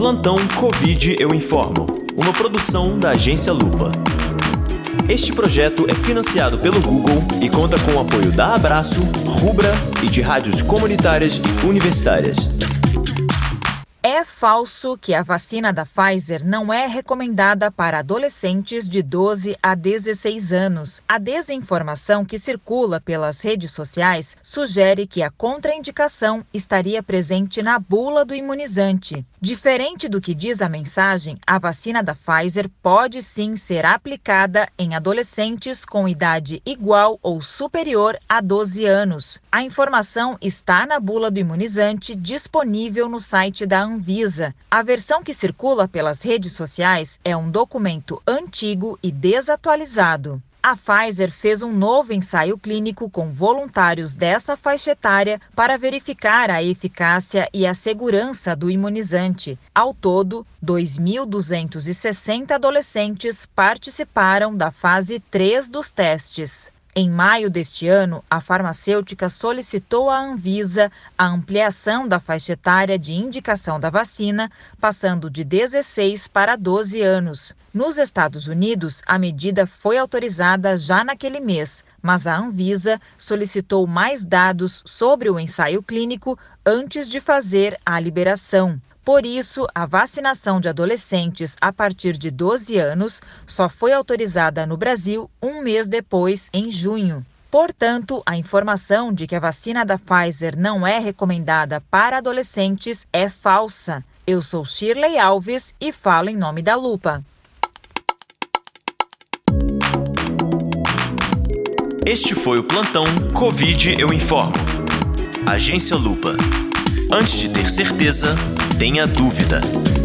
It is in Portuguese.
Plantão Covid Eu Informo, uma produção da Agência Lupa. Este projeto é financiado pelo Google e conta com o apoio da Abraço, Rubra e de rádios comunitárias e universitárias. É falso que a vacina da Pfizer não é recomendada para adolescentes de 12 a 16 anos. A desinformação que circula pelas redes sociais sugere que a contraindicação estaria presente na bula do imunizante. Diferente do que diz a mensagem, a vacina da Pfizer pode sim ser aplicada em adolescentes com idade igual ou superior a 12 anos. A informação está na bula do imunizante disponível no site da Anvisa. A versão que circula pelas redes sociais é um documento antigo e desatualizado. A Pfizer fez um novo ensaio clínico com voluntários dessa faixa etária para verificar a eficácia e a segurança do imunizante. Ao todo, 2.260 adolescentes participaram da fase 3 dos testes. Em maio deste ano, a farmacêutica solicitou à Anvisa a ampliação da faixa etária de indicação da vacina, passando de 16 para 12 anos. Nos Estados Unidos, a medida foi autorizada já naquele mês, mas a Anvisa solicitou mais dados sobre o ensaio clínico antes de fazer a liberação. Por isso, a vacinação de adolescentes a partir de 12 anos só foi autorizada no Brasil um mês depois, em junho. Portanto, a informação de que a vacina da Pfizer não é recomendada para adolescentes é falsa. Eu sou Shirley Alves e falo em nome da Lupa. Este foi o Plantão Covid Eu Informo. Agência Lupa. Antes de ter certeza, tenha dúvida.